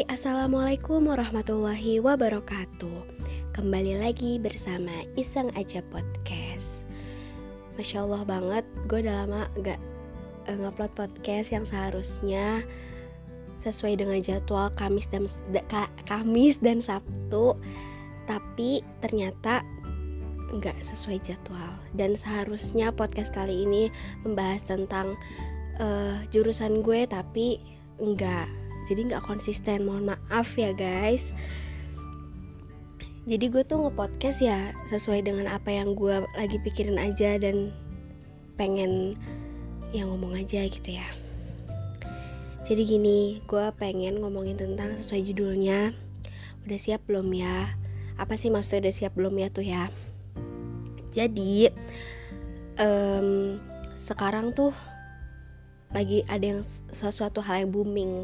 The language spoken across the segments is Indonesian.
Assalamualaikum warahmatullahi wabarakatuh. Kembali lagi bersama Iseng Aja Podcast. Masya Allah banget, gue udah lama gak ngupload podcast yang seharusnya sesuai dengan jadwal Kamis dan Sabtu. Tapi ternyata gak sesuai jadwal. Dan seharusnya podcast kali ini membahas tentang jurusan gue, tapi enggak. Jadi gak konsisten, mohon maaf ya guys. Jadi gue tuh nge-podcast ya sesuai dengan apa yang gue lagi pikirin aja dan pengen ya ngomong aja gitu ya. Jadi gini, gue pengen ngomongin tentang sesuai judulnya. Udah siap belum ya? Apa sih maksudnya udah siap belum ya tuh ya? Jadi sekarang tuh lagi ada yang sesuatu hal yang booming.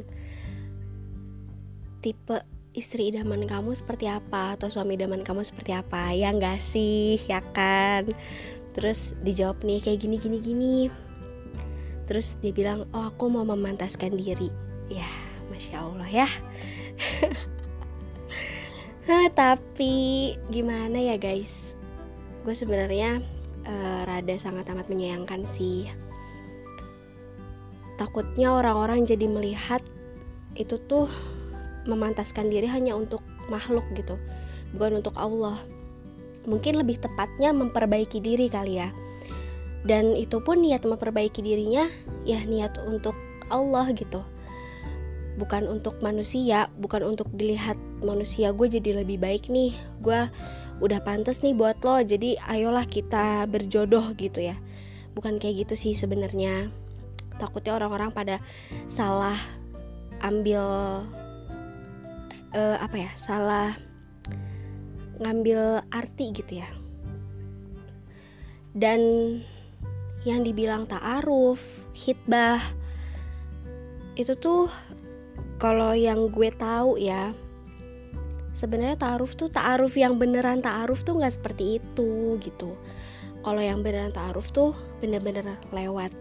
Tipe istri idaman kamu seperti apa, atau suami idaman kamu seperti apa, ya gak sih, ya kan? Terus dijawab nih kayak gini. Terus dia bilang, oh aku mau memantaskan diri. Ya, Masya Allah ya. Tapi gimana ya guys, gue sebenarnya rada sangat amat menyayangkan sih. Takutnya orang-orang jadi melihat itu tuh memantaskan diri hanya untuk makhluk gitu, bukan untuk Allah. Mungkin lebih tepatnya memperbaiki diri kali ya. Dan itu pun niat memperbaiki dirinya ya niat untuk Allah gitu, bukan untuk manusia, bukan untuk dilihat manusia gue jadi lebih baik nih, gue udah pantas nih buat lo, jadi ayolah kita berjodoh gitu ya. Bukan kayak gitu sih sebenarnya. Takutnya orang-orang pada salah ambil salah ngambil arti gitu ya. Dan yang dibilang ta'aruf, khitbah, itu tuh kalau yang gue tahu ya, sebenarnya ta'aruf yang beneran ta'aruf tuh nggak seperti itu gitu. Kalau yang beneran ta'aruf tuh bener-bener lewat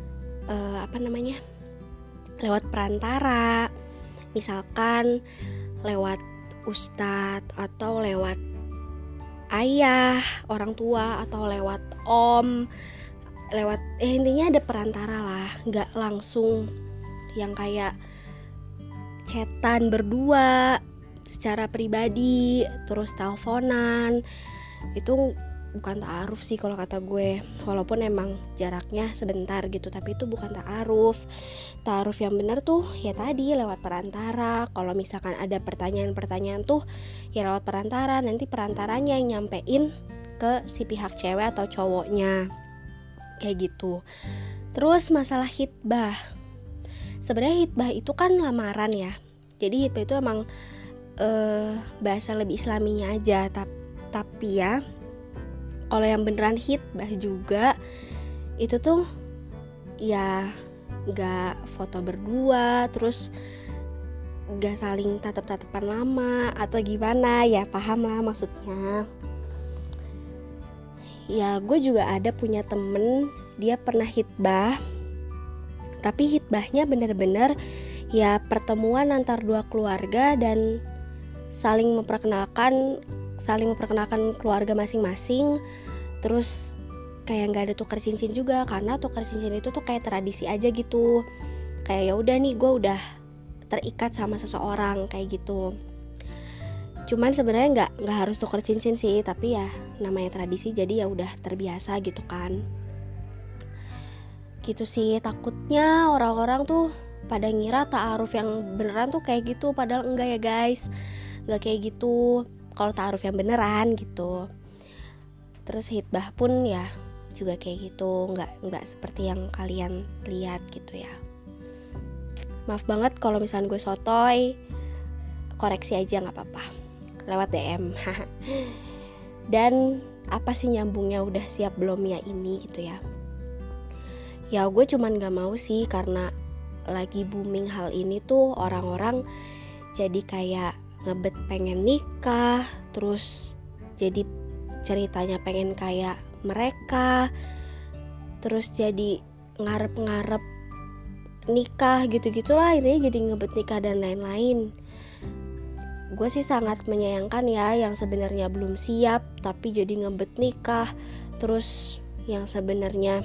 lewat perantara, misalkan lewat ustadz atau lewat ayah, orang tua, atau lewat om, intinya ada perantara lah, nggak langsung yang kayak chatan berdua secara pribadi terus teleponan. Itu bukan ta'aruf sih kalau kata gue, walaupun emang jaraknya sebentar gitu, tapi itu bukan ta'aruf. Ta'aruf yang benar tuh ya tadi lewat perantara. Kalau misalkan ada pertanyaan-pertanyaan tuh ya lewat perantara, nanti perantaranya yang nyampein ke si pihak cewek atau cowoknya, kayak gitu. Terus masalah khitbah, sebenarnya khitbah itu kan lamaran ya, jadi khitbah itu emang bahasa lebih islaminya aja. Tapi ya kalau yang beneran khitbah juga itu tuh ya gak foto berdua, terus gak saling tatap-tatapan lama atau gimana ya, paham lah maksudnya. Ya gue juga ada punya temen, dia pernah khitbah, tapi khitbahnya bener-bener ya pertemuan antar dua keluarga dan saling memperkenalkan keluarga masing-masing. Terus kayak nggak ada tukar cincin juga, karena tukar cincin itu tuh kayak tradisi aja gitu. Kayak ya udah nih, gue udah terikat sama seseorang kayak gitu. Cuman sebenarnya nggak harus tukar cincin sih, tapi ya namanya tradisi, jadi ya udah terbiasa gitu kan. Gitu sih, takutnya orang-orang tuh pada ngira ta'aruf yang beneran tuh kayak gitu, padahal enggak ya guys, nggak kayak gitu kalau ta'aruf yang beneran gitu. Terus khitbah pun ya juga kayak gitu, nggak seperti yang kalian lihat gitu ya. Maaf banget kalau misalnya gue sotoy, koreksi aja nggak apa-apa lewat DM. Dan apa sih nyambungnya udah siap belum ya ini gitu ya. Ya gue cuman nggak mau sih, karena lagi booming hal ini tuh orang-orang jadi kayak ngebet pengen nikah, terus jadi ceritanya pengen kayak mereka, terus jadi ngarep-ngarep nikah gitu-gitulah, intinya jadi ngebet nikah dan lain-lain. gue sih sangat menyayangkan ya yang sebenarnya belum siap tapi jadi ngebet nikah, terus yang sebenarnya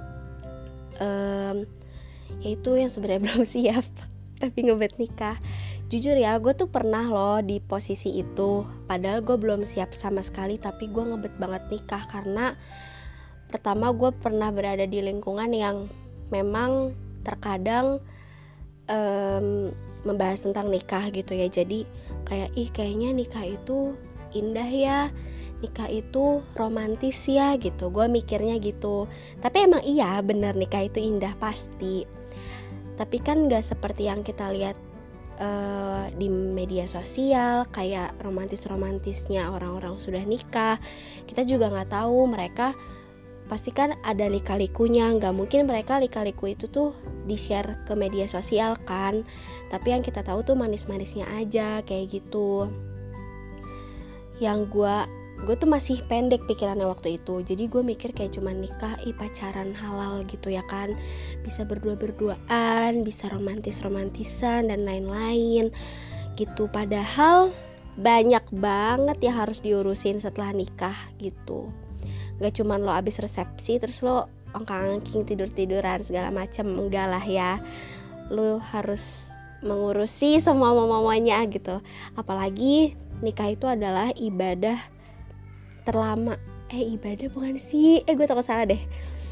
yaitu yang sebenarnya belum siap tapi ngebet nikah. Jujur ya, gue tuh pernah loh di posisi itu, padahal gue belum siap sama sekali tapi gue ngebet banget nikah. Karena pertama gue pernah berada di lingkungan yang memang terkadang membahas tentang nikah gitu ya. Jadi kayak kayaknya nikah itu indah ya, nikah itu romantis ya gitu. Gue mikirnya gitu. Tapi emang iya bener nikah itu indah pasti. Tapi kan gak seperti yang kita lihat di media sosial, kayak romantisnya orang-orang sudah nikah. Kita juga nggak tahu mereka pasti kan ada lika-likunya. Nggak mungkin mereka lika-liku itu tuh di-share ke media sosial kan. Tapi yang kita tahu tuh manis-manisnya aja kayak gitu. Yang gue tuh masih pendek pikirannya waktu itu. Jadi gue mikir kayak cuma nikah, pacaran halal gitu ya kan, bisa berdua-berduaan, bisa romantisan dan lain-lain gitu. Padahal banyak banget yang harus diurusin setelah nikah gitu. Gak cuma lo abis resepsi terus lo ongkang-ongking tidur-tiduran segala macem, enggak lah ya. Lo harus mengurusi semua mamanya gitu. Apalagi nikah itu adalah ibadah terlama. Ibadah bukan sih? Gue takut salah deh.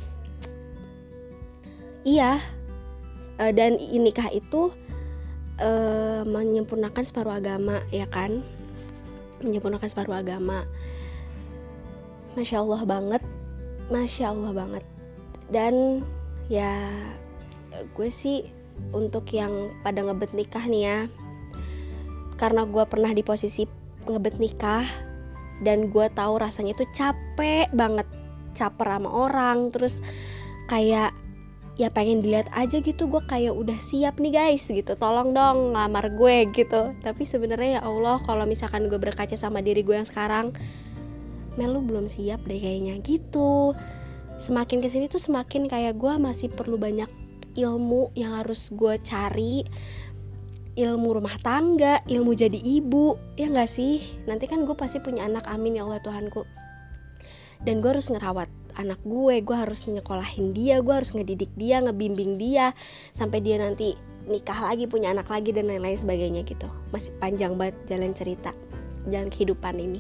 Iya. Dan nikah itu menyempurnakan separuh agama, ya kan? Menyempurnakan separuh agama. Masya Allah banget. Dan ya gue sih untuk yang pada ngebet nikah nih ya, karena gue pernah di posisi ngebet nikah dan gue tahu rasanya tuh capek banget, caper sama orang, terus kayak ya pengen dilihat aja gitu, gue kayak udah siap nih guys gitu, tolong dong ngelamar gue gitu. Tapi sebenarnya ya Allah, kalau misalkan gue berkaca sama diri gue yang sekarang, Mel lu belum siap deh kayaknya gitu. Semakin kesini tuh semakin kayak gue masih perlu banyak ilmu yang harus gue cari, ilmu rumah tangga, ilmu jadi ibu, ya gak sih? Nanti kan gue pasti punya anak, amin ya Allah Tuhanku. Dan gue harus ngerawat anak gue harus nyekolahin dia, gue harus ngedidik dia, ngebimbing dia sampai dia nanti nikah lagi, punya anak lagi dan lain-lain sebagainya gitu. Masih panjang banget jalan cerita, jalan kehidupan ini.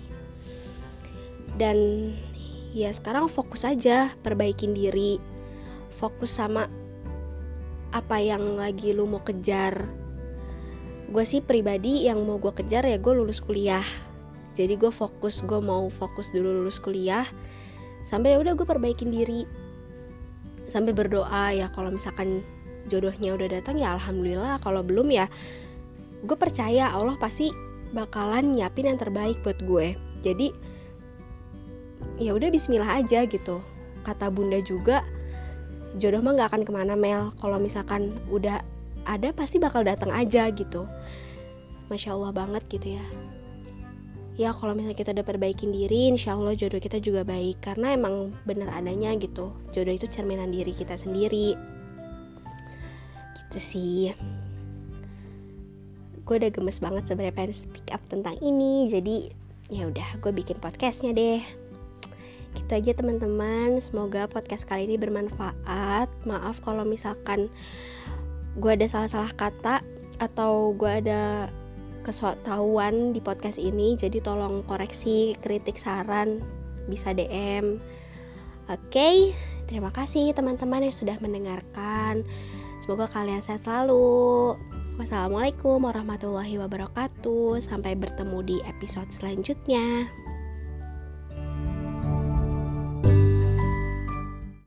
Dan ya sekarang fokus aja, perbaikin diri, fokus sama apa yang lagi lu mau kejar. Gue sih pribadi yang mau gue kejar ya gue lulus kuliah. Jadi gue mau fokus dulu lulus kuliah, sampai udah gue perbaikin diri, sampai berdoa ya kalau misalkan jodohnya udah datang ya alhamdulillah, kalau belum ya gue percaya Allah pasti bakalan nyiapin yang terbaik buat gue. Jadi ya udah bismillah aja gitu. Kata bunda juga, jodoh mah gak akan kemana Mel, kalau misalkan udah ada pasti bakal datang aja gitu. Masya Allah banget gitu ya. Ya kalau misalnya kita udah perbaikin diri, insya Allah jodoh kita juga baik. Karena emang bener adanya gitu, jodoh itu cerminan diri kita sendiri. Gitu sih. Gue udah gemes banget sebenarnya pengen speak up tentang ini. Jadi ya udah gue bikin podcastnya deh. Gitu aja teman-teman. Semoga podcast kali ini bermanfaat. Maaf kalau misalkan gue ada salah-salah kata atau gue ada kesetahuan di podcast ini, jadi tolong koreksi, kritik, saran bisa DM. Oke, terima kasih teman-teman yang sudah mendengarkan. Semoga kalian sehat selalu. Wassalamualaikum warahmatullahi wabarakatuh. Sampai bertemu di episode selanjutnya.